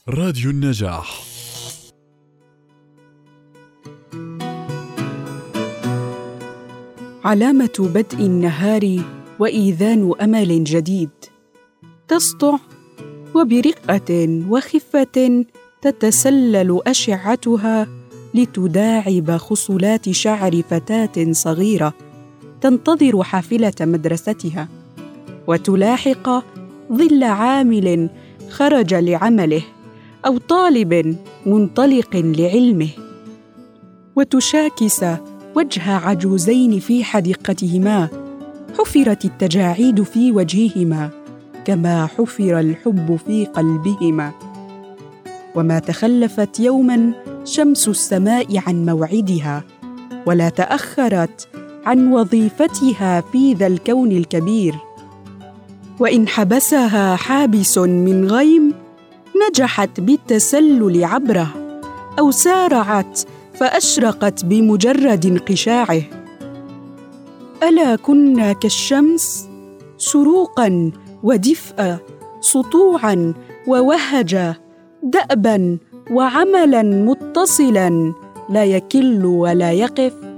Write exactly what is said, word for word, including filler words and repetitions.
راديو النجاح. علامة بدء النهار وإيذان أمل جديد. تسطع وبرقة وخفة تتسلل أشعتها لتداعب خصلات شعر فتاة صغيرة تنتظر حافلة مدرستها، وتلاحق ظل عامل خرج لعمله أو طالب منطلق لعلمه، وتشاكس وجه عجوزين في حديقتهما حفرت التجاعيد في وجههما كما حفر الحب في قلبهما. وما تخلفت يوما شمس السماء عن موعدها، ولا تأخرت عن وظيفتها في ذا الكون الكبير، وإن حبسها حابس من غيم نجحت بالتسلل عبره، أو سارعت فأشرقت بمجرد انقشاعه. ألا كنا كالشمس شروقاً ودفئا، سطوعاً ووهجا، دأباً وعملاً متصلاً لا يكل ولا يقف.